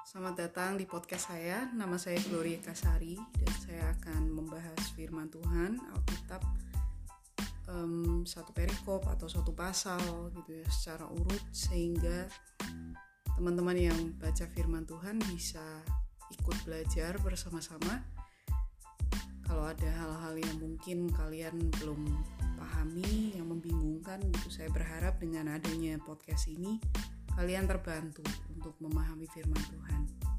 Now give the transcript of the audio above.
Selamat datang di podcast saya. Nama saya Gloria Kasari dan saya akan membahas firman Tuhan, Alkitab, satu perikop atau satu pasal gitu ya, secara urut sehingga teman-teman yang baca firman Tuhan bisa ikut belajar bersama-sama. Kalau ada hal-hal yang mungkin kalian belum pahami, yang membingungkan gitu, saya berharap dengan adanya podcast ini kalian terbantu untuk memahami firman Tuhan.